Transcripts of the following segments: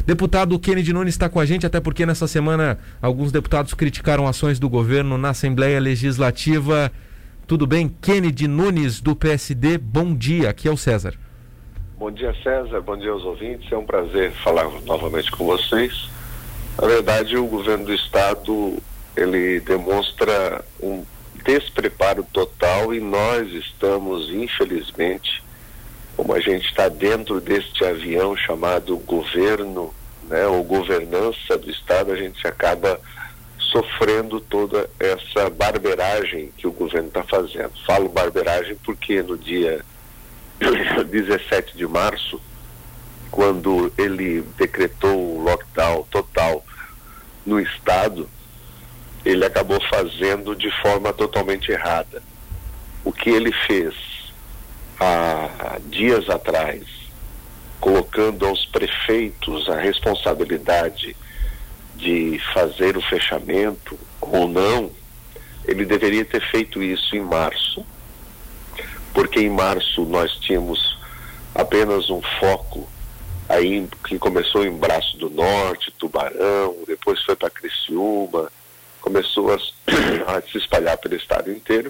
Deputado Kennedy Nunes está com a gente, até porque nessa semana alguns deputados criticaram ações do governo na Assembleia Legislativa. Tudo bem? Kennedy Nunes, do PSD, bom dia, aqui é o César. Bom dia, César, bom dia aos ouvintes, é um prazer falar novamente com vocês. Na verdade, o governo do estado, ele demonstra um despreparo total e nós estamos, infelizmente, como a gente está dentro deste avião chamado governo, né, ou governança do estado, a gente acaba sofrendo toda essa barberagem que o governo está fazendo. Falo barberagem porque no dia 17 de março, quando ele decretou o lockdown total no estado, ele acabou fazendo de forma totalmente errada. O que ele fez há dias atrás, colocando aos prefeitos a responsabilidade de fazer o fechamento ou não, ele deveria ter feito isso em março, porque em março nós tínhamos apenas um foco aí que começou em Braço do Norte, Tubarão, depois foi para Criciúma, começou a se espalhar pelo estado inteiro,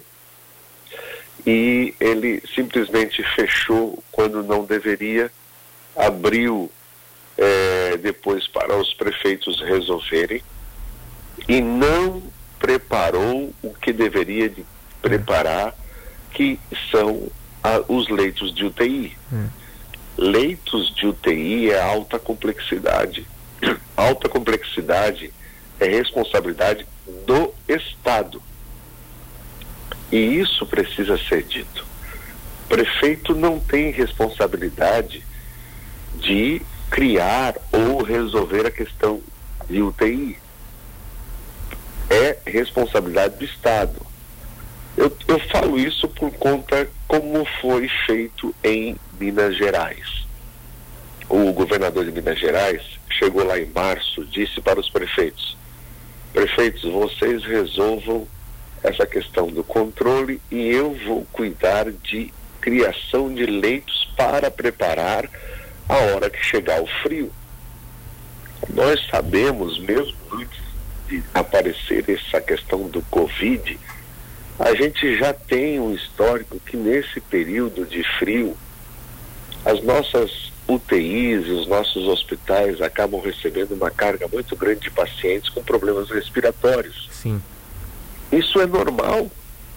e ele simplesmente fechou quando não deveria, abriu depois para os prefeitos resolverem, e não preparou o que deveria de preparar, que são os leitos de UTI. Leitos de UTI é alta complexidade. Alta complexidade é responsabilidade do Estado. E isso precisa ser dito. O prefeito não tem responsabilidade de criar ou resolver a questão de UTI. É responsabilidade do Estado. Eu falo isso por conta como foi feito em Minas Gerais. O governador de Minas Gerais chegou lá em março, disse para os prefeitos: prefeitos, vocês resolvam essa questão do controle e eu vou cuidar de criação de leitos para preparar a hora que chegar o frio. Nós sabemos, mesmo antes de aparecer essa questão do Covid, a gente já tem um histórico que nesse período de frio, as nossas UTIs e os nossos hospitais acabam recebendo uma carga muito grande de pacientes com problemas respiratórios. Sim. Isso é normal.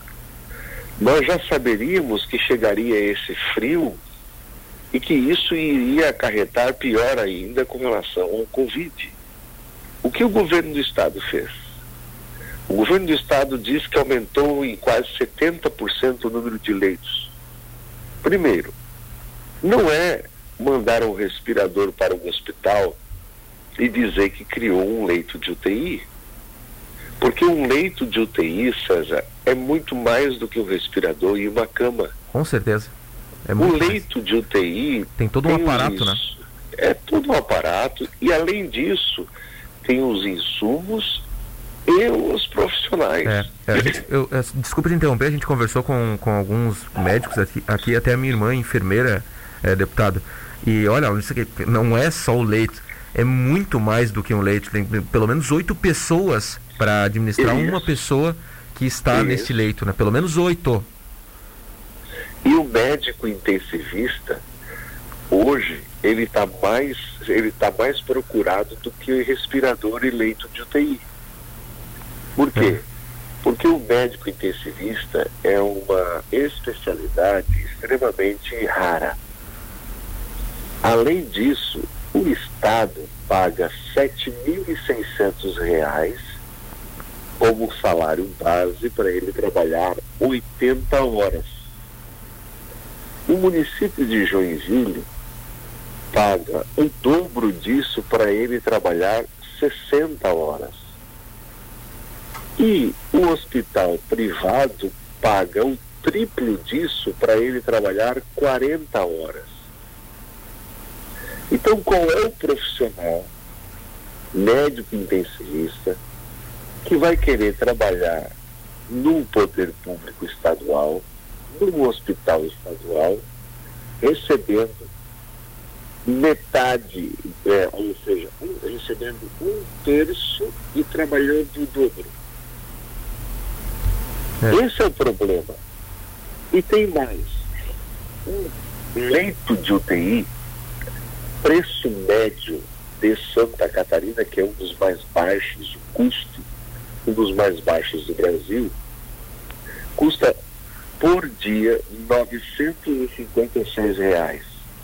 Nós já saberíamos que chegaria esse frio e que isso iria acarretar pior ainda com relação ao Covid. O que o governo do estado fez? O governo do estado diz que aumentou em quase 70% o número de leitos. Primeiro, não é mandar um respirador para um hospital e dizer que criou um leito de UTI. Porque um leito de UTI, César, é muito mais do que um respirador e uma cama. Com certeza. O leito de UTI... Tem todo um aparato, né? É todo um aparato e, além disso, tem os insumos e os profissionais. Desculpa te interromper, a gente conversou com alguns médicos aqui, até a minha irmã, enfermeira, deputado, e olha, isso aqui não é só o leito, é muito mais do que um leito, tem pelo menos 8 pessoas para administrar uma pessoa que está nesse leito, né? Pelo menos 8. E o médico intensivista, hoje, ele está mais procurado do que o respirador e leito de UTI. Por quê? Porque o médico intensivista é uma especialidade extremamente rara. Além disso, o Estado paga R$ 7.600 como salário base para ele trabalhar 80 horas. O município de Joinville paga o dobro disso para ele trabalhar 60 horas. E o hospital privado paga o triplo disso para ele trabalhar 40 horas. Então, qual é o profissional médico intensivista que vai querer trabalhar no poder público estadual, no hospital estadual, recebendo metade, ou seja, recebendo 1/3 e trabalhando o dobro. Esse é o problema. E tem mais. Um leito de UTI, preço médio de Santa Catarina, que é um dos mais baixos, o custo, um dos mais baixos do Brasil, custa por dia R$956.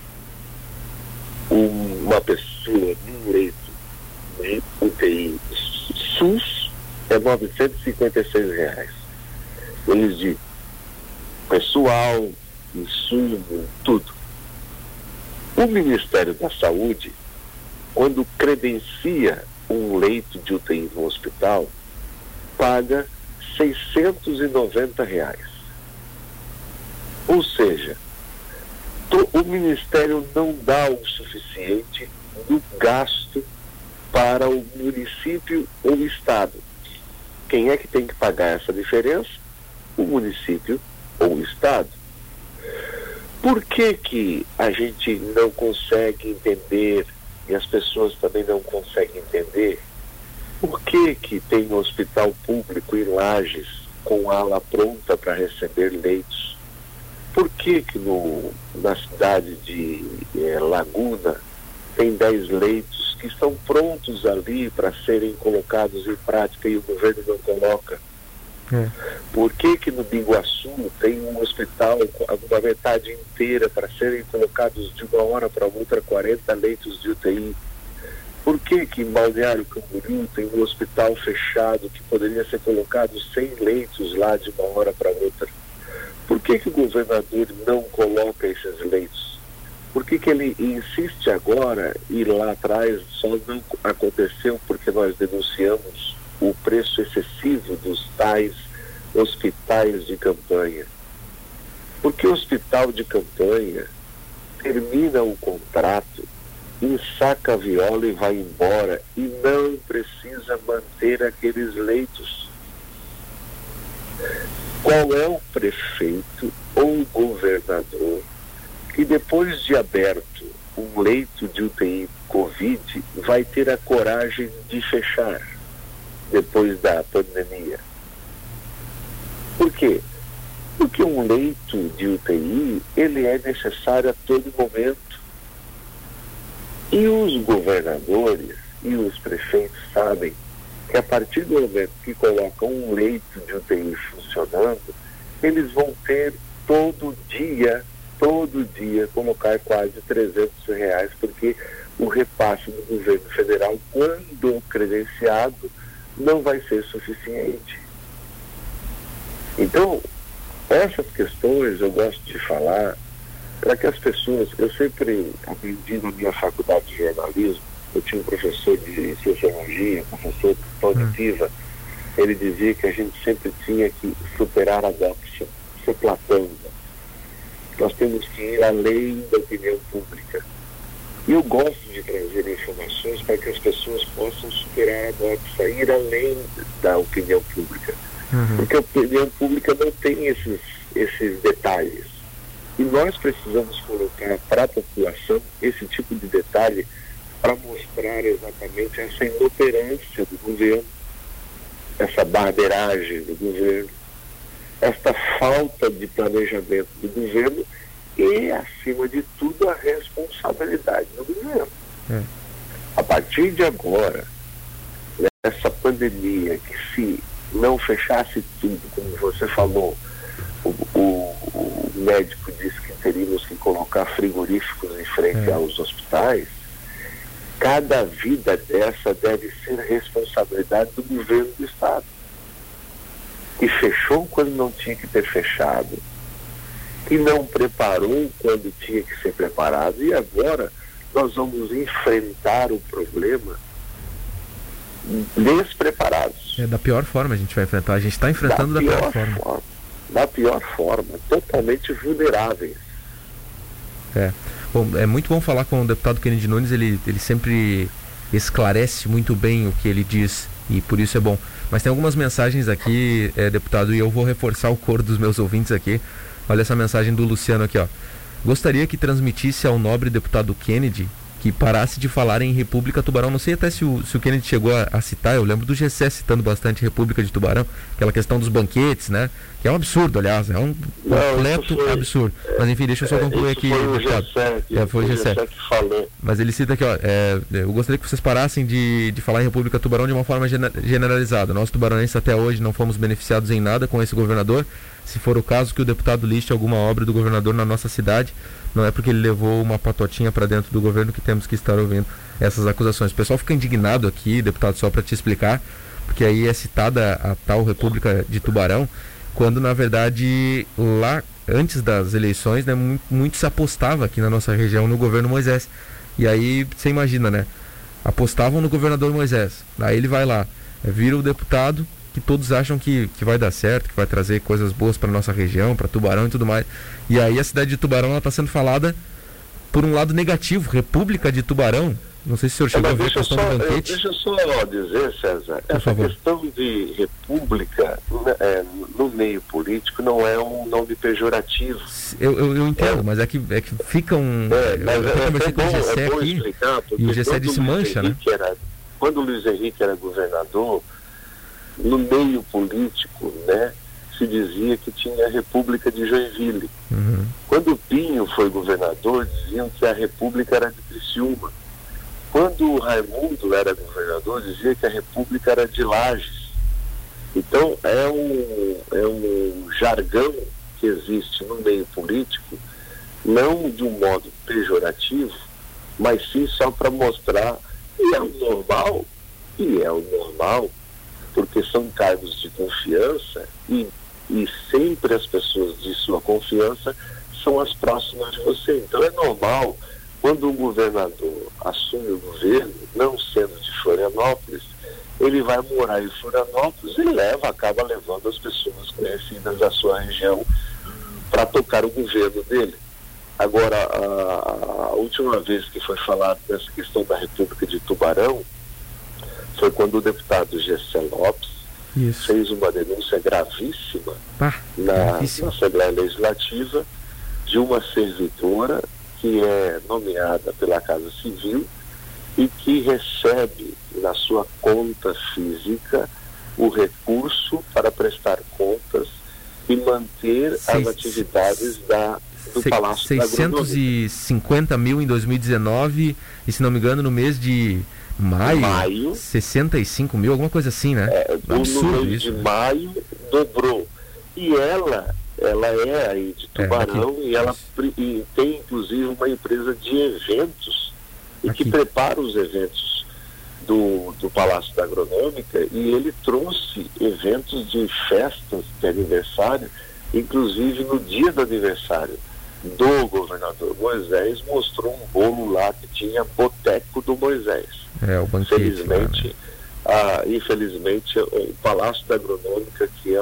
Uma pessoa num leito de UTI SUS é R$956. Eles de pessoal, insumo, tudo. O Ministério da Saúde, quando credencia um leito de UTI no hospital, paga R$690. Ou seja, o Ministério não dá o suficiente do gasto para o município ou o Estado. Quem é que tem que pagar essa diferença? O município ou o Estado. Por que a gente não consegue entender, e as pessoas também não conseguem entender, por que tem um hospital público em Lages com ala pronta para receber leitos? Por que na cidade de Laguna tem 10 leitos que estão prontos ali para serem colocados em prática e o governo não coloca? Por que no Biguaçu tem um hospital com uma metade inteira para serem colocados de uma hora para outra 40 leitos de UTI? Por que em Balneário Camboriú tem um hospital fechado que poderia ser colocado 100 leitos lá de uma hora para outra? Por que o governador não coloca esses leitos? Por que ele insiste agora e lá atrás só não aconteceu porque nós denunciamos o preço excessivo dos tais hospitais de campanha? Porque o hospital de campanha termina o contrato, ensaca a viola e vai embora e não precisa manter aqueles leitos. Qual é o prefeito ou o governador que depois de aberto um leito de UTI Covid vai ter a coragem de fechar depois da pandemia? Por quê? Porque um leito de UTI, ele é necessário a todo momento. E os governadores e os prefeitos sabem que a partir do momento que colocam um leito de UTI funcionando, eles vão ter todo dia, colocar quase R$300, porque o repasse do governo federal, quando credenciado, não vai ser suficiente. Então, essas questões eu gosto de falar para que as pessoas, eu sempre aprendi na minha faculdade de jornalismo, eu tinha um professor de sociologia, professor cognitiva, ele dizia que a gente sempre tinha que superar a doxa, ser platânica. Nós temos que ir além da opinião pública. E eu gosto de trazer informações para que as pessoas possam superar a doxa, ir além da opinião pública. Porque a opinião pública não tem esses detalhes. E nós precisamos colocar para a população esse tipo de detalhe para mostrar exatamente essa inoperância do governo, essa barbeiragem do governo, esta falta de planejamento do governo e, acima de tudo, a responsabilidade do governo. A partir de agora, essa pandemia, que se não fechasse tudo, como você falou, o médico disse que teríamos que colocar frigoríficos em frente aos hospitais, cada vida dessa deve ser responsabilidade do governo do Estado, que fechou quando não tinha que ter fechado, que não preparou quando tinha que ser preparado, e agora nós vamos enfrentar o problema despreparados. Da pior forma a gente vai enfrentar, a gente está enfrentando da pior forma. Da pior forma, totalmente vulneráveis. Bom, é muito bom falar com o deputado Kennedy Nunes, ele sempre esclarece muito bem o que ele diz e por isso é bom. Mas tem algumas mensagens aqui, deputado, e eu vou reforçar o coro dos meus ouvintes aqui. Olha essa mensagem do Luciano aqui, ó. Gostaria que transmitisse ao nobre deputado Kennedy que parasse de falar em República Tubarão. Não sei até se o Kennedy chegou a citar, eu lembro do GC citando bastante República de Tubarão, aquela questão dos banquetes, né? Que é um absurdo, aliás, é um completo absurdo. Mas enfim, deixa eu só concluir aqui. Foi o GC que falou. Mas ele cita aqui, eu gostaria que vocês parassem de falar em República Tubarão de uma forma generalizada. Nós tubaronenses até hoje não fomos beneficiados em nada com esse governador. Se for o caso que o deputado liste alguma obra do governador na nossa cidade, não é porque ele levou uma patotinha para dentro do governo que temos que estar ouvindo essas acusações. O pessoal fica indignado aqui, deputado, só para te explicar, porque aí é citada a tal República de Tubarão, quando na verdade lá, antes das eleições, né, muito se apostava aqui na nossa região no governo Moisés. E aí você imagina, né? Apostavam no governador Moisés, aí ele vai lá, vira o deputado que todos acham que vai dar certo, que vai trazer coisas boas para nossa região, para Tubarão e tudo mais. E aí a cidade de Tubarão está sendo falada por um lado negativo, República de Tubarão. Não sei se o senhor chegou a ver a questão do banquete. Deixa eu só dizer, César, essa questão de república no meio político não é um nome pejorativo. Eu entendo, mas é que fica um... eu conversei com o Gessé aqui, e o Gessé disse mancha, né? Quando o Luiz Henrique era governador, no meio político, né, se dizia que tinha a República de Joinville. Uhum. Quando o Pinho foi governador, diziam que a República era de Criciúma. Quando o Raimundo era governador, dizia que a República era de Lages. Então, é um jargão que existe no meio político, não de um modo pejorativo, mas sim só para mostrar que é o normal, porque são cargos de confiança e sempre as pessoas de sua confiança são as próximas de você. Então é normal, quando um governador assume o governo, não sendo de Florianópolis, ele vai morar em Florianópolis e acaba levando as pessoas conhecidas da sua região para tocar o governo dele. Agora, a última vez que foi falado dessa questão da República de Tubarão foi quando o deputado Gessé Lopes fez uma denúncia gravíssima na Assembleia Legislativa de uma servidora que é nomeada pela Casa Civil e que recebe na sua conta física o recurso para prestar contas e manter as atividades do Palácio da Agronômica. 650 mil em 2019 e, se não me engano, no mês de maio 65 mil, alguma coisa assim, né? No mês de maio dobrou. E ela é aí de Tubarão e ela tem inclusive uma empresa de eventos e que prepara os eventos do Palácio da Agronômica, e ele trouxe eventos de festas de aniversário, inclusive no dia do aniversário do governador Moisés, mostrou um bolo lá que tinha boteco do Moisés. O banquete. Infelizmente, o Palácio da Agronômica, que é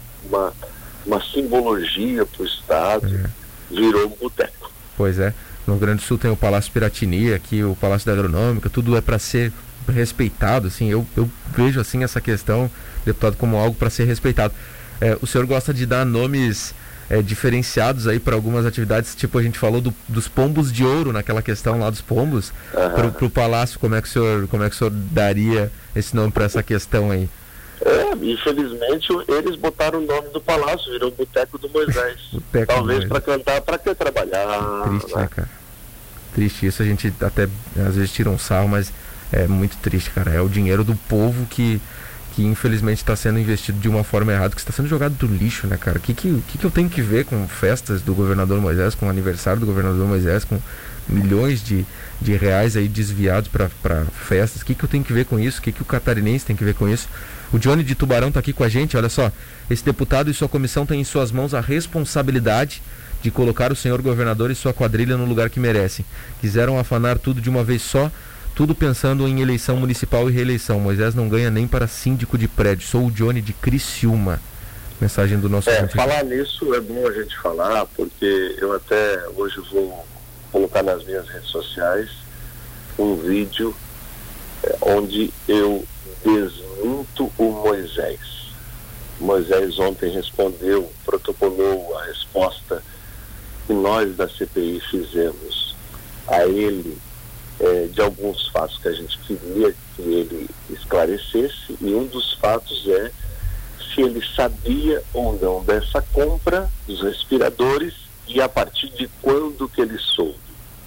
uma simbologia para o Estado, virou um boteco. Pois é. No Rio Grande do Sul tem o Palácio Piratini, aqui o Palácio da Agronômica, tudo é para ser respeitado, assim. Eu vejo assim essa questão, deputado, como algo para ser respeitado. O senhor gosta de dar nomes diferenciados aí para algumas atividades, tipo a gente falou dos pombos de ouro, naquela questão lá dos pombos, para o Palácio. Como é que o senhor daria esse nome para essa questão aí? Infelizmente eles botaram o nome do palácio, virou o Boteco do Moisés. Talvez para cantar, para que trabalhar? Triste, né, cara? Triste isso, a gente até às vezes tira um sarro, mas é muito triste, cara. É o dinheiro do povo que infelizmente está sendo investido de uma forma errada, que está sendo jogado do lixo, né, cara? O que eu tenho que ver com festas do governador Moisés, com o aniversário do governador Moisés, com milhões de reais aí desviados para festas? O que eu tenho que ver com isso? O que o catarinense tem que ver com isso? O Johnny de Tubarão está aqui com a gente. Olha só, esse deputado e sua comissão têm em suas mãos a responsabilidade de colocar o senhor governador e sua quadrilha no lugar que merecem. Quiseram afanar tudo de uma vez só, tudo pensando em eleição municipal e reeleição. Moisés não ganha nem para síndico de prédio. Sou o Johnny de Criciúma. Mensagem do nosso... Falar nisso é bom a gente falar, porque eu até hoje vou colocar nas minhas redes sociais um vídeo onde eu desminto o Moisés. Moisés ontem protocolou a resposta que nós da CPI fizemos a ele de alguns fatos que a gente queria que ele esclarecesse, e um dos fatos é se ele sabia ou não dessa compra dos respiradores e a partir de quando que ele soube.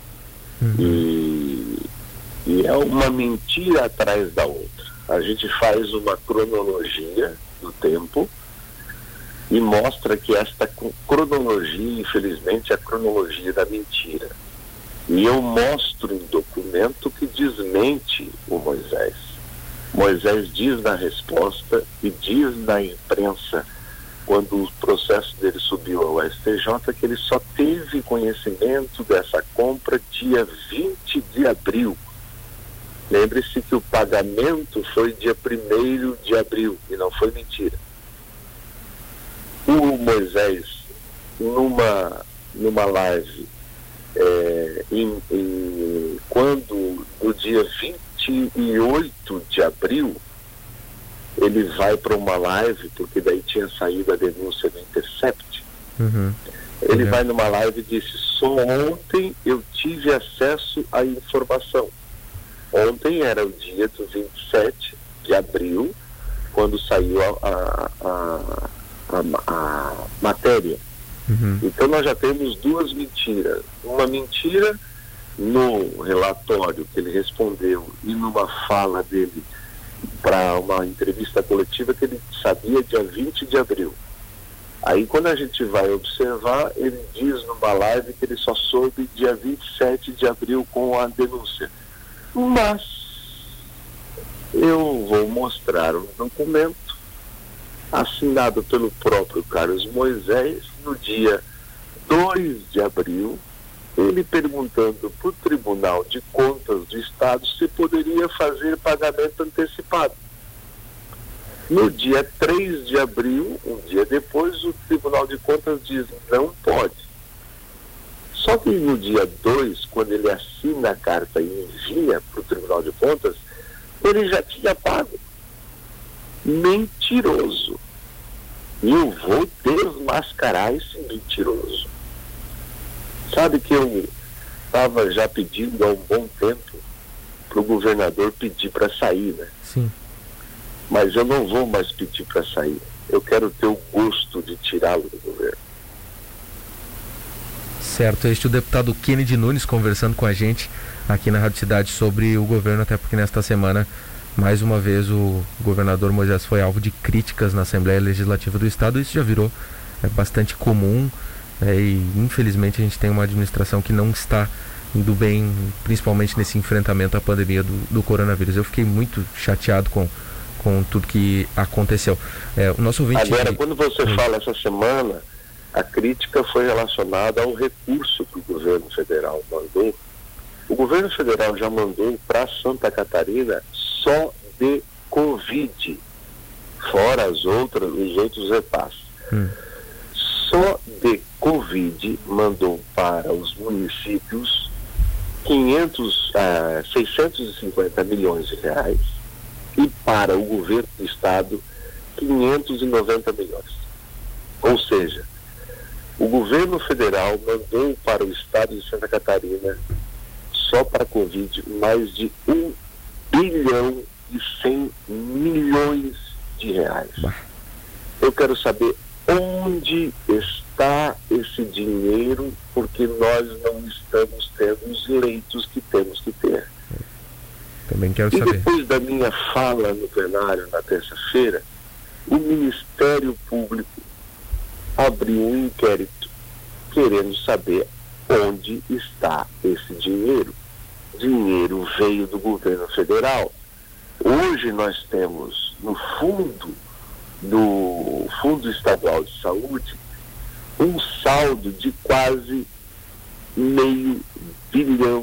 E é uma mentira atrás da outra. A gente faz uma cronologia do tempo e mostra que esta cronologia, infelizmente, é a cronologia da mentira. E eu mostro um documento que desmente o Moisés. Moisés diz na resposta e diz na imprensa, quando o processo dele subiu ao STJ, que ele só teve conhecimento dessa compra dia 20 de abril. Lembre-se que o pagamento foi dia 1º de abril e não foi mentira. O Moisés, numa live, quando no dia 28 de abril, ele vai para uma live, porque daí tinha saído a denúncia do Intercept. Ele vai numa live e disse: só ontem eu tive acesso à informação. Ontem era o dia do 27 de abril, quando saiu a matéria. Então nós já temos duas mentiras. Uma mentira no relatório que ele respondeu e numa fala dele para uma entrevista coletiva que ele sabia dia 20 de abril. Aí quando a gente vai observar, ele diz numa live que ele só soube dia 27 de abril com a denúncia. Mas eu vou mostrar um documento assinado pelo próprio Carlos Moisés no dia 2 de abril, ele perguntando para o Tribunal de Contas do Estado se poderia fazer pagamento antecipado. No dia 3 de abril, um dia depois, o Tribunal de Contas diz: não pode. Só que no dia 2, quando ele assina a carta e envia para o Tribunal de Contas, ele já tinha pago. Mentiroso. E eu vou desmascarar esse mentiroso. Sabe que eu estava já pedindo há um bom tempo para o governador pedir para sair, né? Sim. Mas eu não vou mais pedir para sair. Eu quero ter o gosto de tirá-lo do governo. Certo, este é o deputado Kennedy Nunes conversando com a gente aqui na Rádio Cidade sobre o governo, até porque nesta semana, mais uma vez, o governador Moisés foi alvo de críticas na Assembleia Legislativa do Estado. Isso já virou bastante comum, e infelizmente a gente tem uma administração que não está indo bem, principalmente nesse enfrentamento à pandemia do coronavírus. Eu fiquei muito chateado com tudo que aconteceu. O nosso ouvinte... Agora, quando você fala essa semana, a crítica foi relacionada ao recurso que o governo federal mandou. O governo federal já mandou para Santa Catarina só de Covid, fora os outros repasses. Só de Covid mandou para os municípios 650 milhões de reais e para o governo do estado 590 milhões. Ou seja, o governo federal mandou para o estado de Santa Catarina, só para a Covid, mais de 1 bilhão e 100 milhões de reais. Eu quero saber onde está esse dinheiro, porque nós não estamos tendo os leitos que temos que ter. Também quero saber. E depois da minha fala no plenário na terça-feira, o Ministério Público abriu um inquérito querendo saber onde está esse dinheiro. Dinheiro veio do governo federal. Hoje nós temos no Fundo Estadual de Saúde um saldo de quase R$500 bilhão.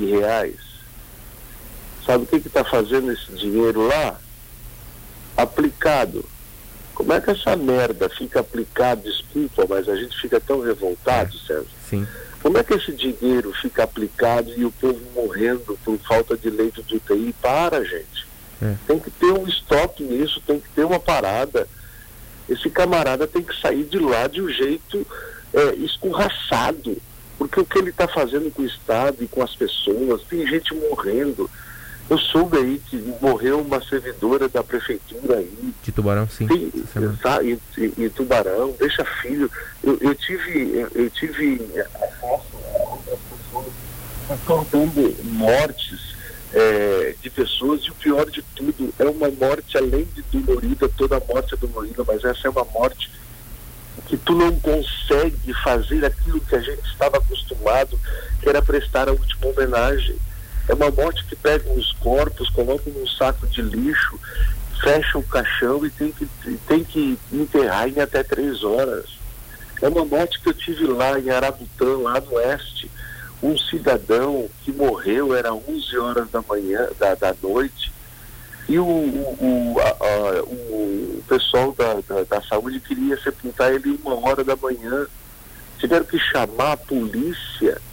Sabe o que está fazendo esse dinheiro lá? Aplicado. Como é que essa merda fica aplicado? Desculpa, mas a gente fica tão revoltado, César. Sim. Como é que esse dinheiro fica aplicado e o povo morrendo por falta de leito de UTI? Para, gente. Tem que ter um stop nisso, tem que ter uma parada. Esse camarada tem que sair de lá de um jeito escorraçado, porque o que ele está fazendo com o Estado e com as pessoas, tem gente morrendo. Eu soube aí que morreu uma servidora da prefeitura aí. De Tubarão, sim. Em Tubarão, deixa filho. Eu tive acesso a pessoas contando mortes de pessoas, e o pior de tudo, é uma morte além de dolorida, toda morte é dolorida, mas essa é uma morte que tu não consegue fazer aquilo que a gente estava acostumado, que era prestar a última homenagem. É uma morte que pega os corpos, coloca num saco de lixo, fecha o caixão e tem que enterrar em até 3 horas. É uma morte que eu tive lá em Arabutã, lá no oeste. Um cidadão que morreu, era 11 horas da manhã, da noite, e o pessoal da saúde queria sepultar ele 1 hora da manhã. Tiveram que chamar a polícia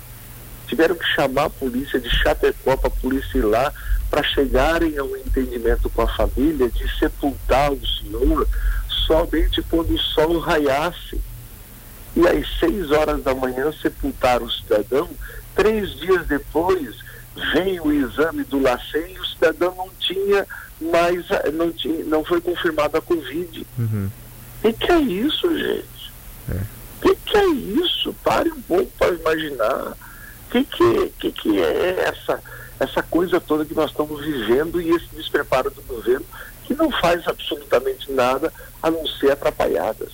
de Chapecó, para a polícia ir lá, para chegarem a um entendimento com a família de sepultar o senhor somente quando o sol raiasse. E às 6 horas da manhã sepultaram o cidadão. 3 dias depois veio o exame do LACEN e o cidadão não foi confirmada a Covid. Que é isso, gente? Que é isso? Pare um pouco para imaginar. Que é essa coisa toda que nós estamos vivendo, e esse despreparo do governo, que não faz absolutamente nada a não ser atrapalhadas.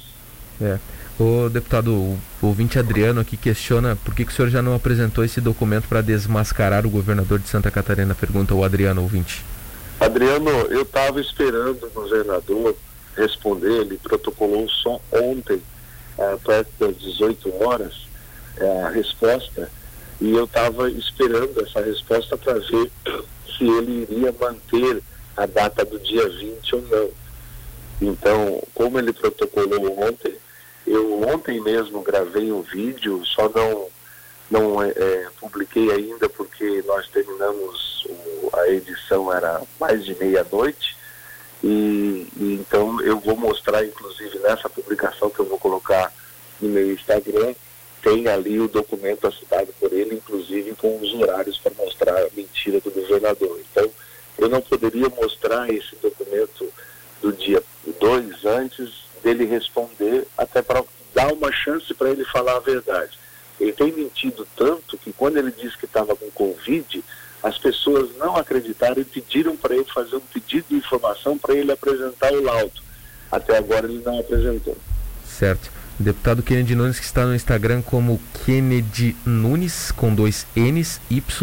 O deputado, o ouvinte Adriano aqui questiona por que o senhor já não apresentou esse documento para desmascarar o governador de Santa Catarina, pergunta o Adriano, ouvinte. Adriano, eu estava esperando o governador responder, ele protocolou só ontem, perto das 18 horas, a resposta, e eu estava esperando essa resposta para ver se ele iria manter a data do dia 20 ou não. Então, como ele protocolou ontem, eu ontem mesmo gravei um vídeo, só não publiquei ainda porque nós terminamos, a edição era mais de meia-noite, e então eu vou mostrar, inclusive nessa publicação que eu vou colocar no meu Instagram, tem ali o documento assinado por ele, inclusive com os horários para mostrar a mentira do governador. Então, eu não poderia mostrar esse documento do dia 2 antes dele responder, até para dar uma chance para ele falar a verdade. Ele tem mentido tanto que quando ele disse que estava com Covid, as pessoas não acreditaram e pediram para ele fazer um pedido de informação para ele apresentar o laudo. Até agora ele não apresentou. Certo. Deputado Kennedy Nunes, que está no Instagram como Kennedy Nunes, com 2 N's,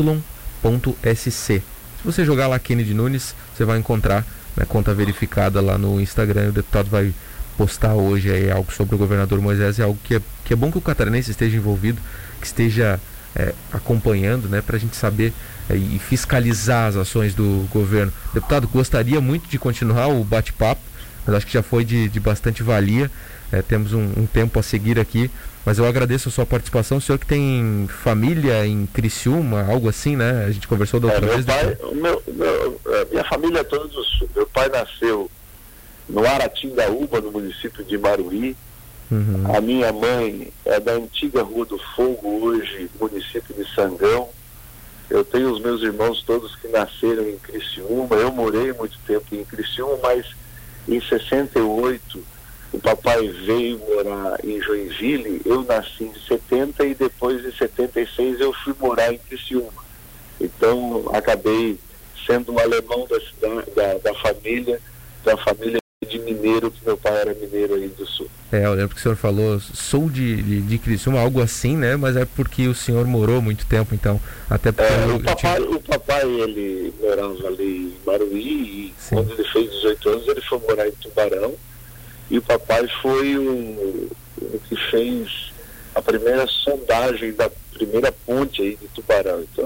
y.sc. Se você jogar lá Kennedy Nunes, você vai encontrar a conta verificada lá no Instagram. O deputado vai postar hoje aí algo sobre o governador Moisés, é algo que é bom que o catarinense esteja envolvido, que esteja acompanhando, para a gente saber e fiscalizar as ações do governo. Deputado, gostaria muito de continuar o bate-papo, mas acho que já foi de bastante valia. Temos um tempo a seguir aqui, mas eu agradeço a sua participação. O senhor que tem família em Criciúma, algo assim, né? A gente conversou da outra vez. Minha família é toda do sul. Meu pai nasceu no Aratingaúba, no município de Maruí. A minha mãe é da antiga Rua do Fogo, hoje município de Sangão. Eu tenho os meus irmãos todos que nasceram em Criciúma. Eu morei muito tempo em Criciúma, mas em 68 o papai veio morar em Joinville. Eu nasci em 70 e depois em 76 eu fui morar em Criciúma. Então acabei sendo um alemão da família de mineiro, que meu pai era mineiro aí do sul. Eu lembro que o senhor falou, sou de Criciúma, algo assim, né? Mas é porque o senhor morou muito tempo, então. Até porque o papai, ele morava ali em Maruí, e quando ele fez 18 anos ele foi morar em Tubarão. E o papai foi o que fez a primeira sondagem da primeira ponte aí de Tubarão. Então,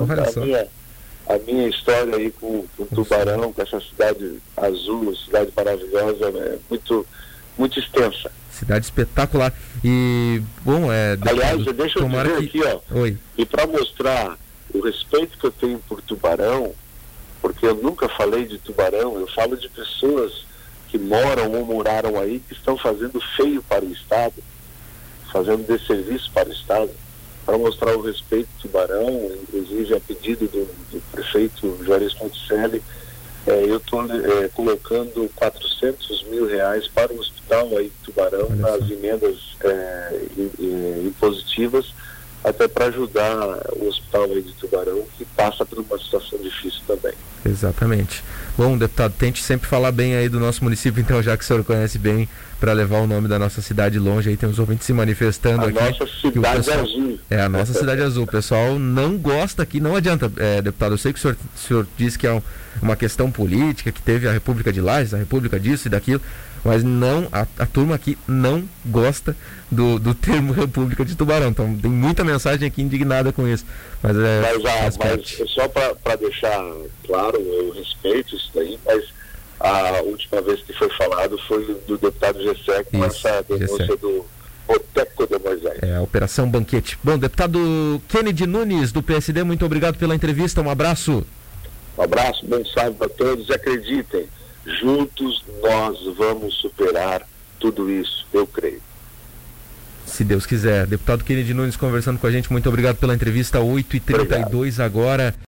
a minha história aí com Tubarão, com essa cidade azul, cidade maravilhosa, é muito, muito extensa. Cidade espetacular. E, bom, aliás, deixa eu dizer aqui, Oi. E para mostrar o respeito que eu tenho por Tubarão, porque eu nunca falei de Tubarão, eu falo de pessoas que moram ou moraram aí, que estão fazendo feio para o Estado. fazendo desserviço para o Estado, para mostrar o respeito do Tubarão, inclusive a pedido do prefeito Juarez Ponticelli, eu estou colocando R$400 mil para o hospital aí de Tubarão, nas emendas impositivas, até para ajudar o hospital aí de Tubarão, que passa por uma situação difícil também. Exatamente. Bom, deputado, tente sempre falar bem aí do nosso município, então, já que o senhor conhece bem, para levar o nome da nossa cidade longe. Aí tem os ouvintes se manifestando aqui. A nossa cidade azul. É, a nossa cidade azul. O pessoal não gosta aqui, não adianta, deputado. Eu sei que o senhor disse que é uma questão política, que teve a República de Lages, a República disso e daquilo, mas não, a turma aqui não gosta do termo República de Tubarão. Então tem muita mensagem aqui indignada com isso. Mas só para deixar claro, eu respeito isso daí, mas a última vez que foi falado foi do deputado Gessé com essa denúncia do Boteco de Moisés. É a Operação Banquete. Bom, deputado Kennedy Nunes, do PSD, muito obrigado pela entrevista, um abraço. Um abraço, bom sábado a todos, acreditem, juntos nós vamos superar tudo isso, eu creio. Se Deus quiser. Deputado Kennedy Nunes conversando com a gente, muito obrigado pela entrevista, 8h32 agora.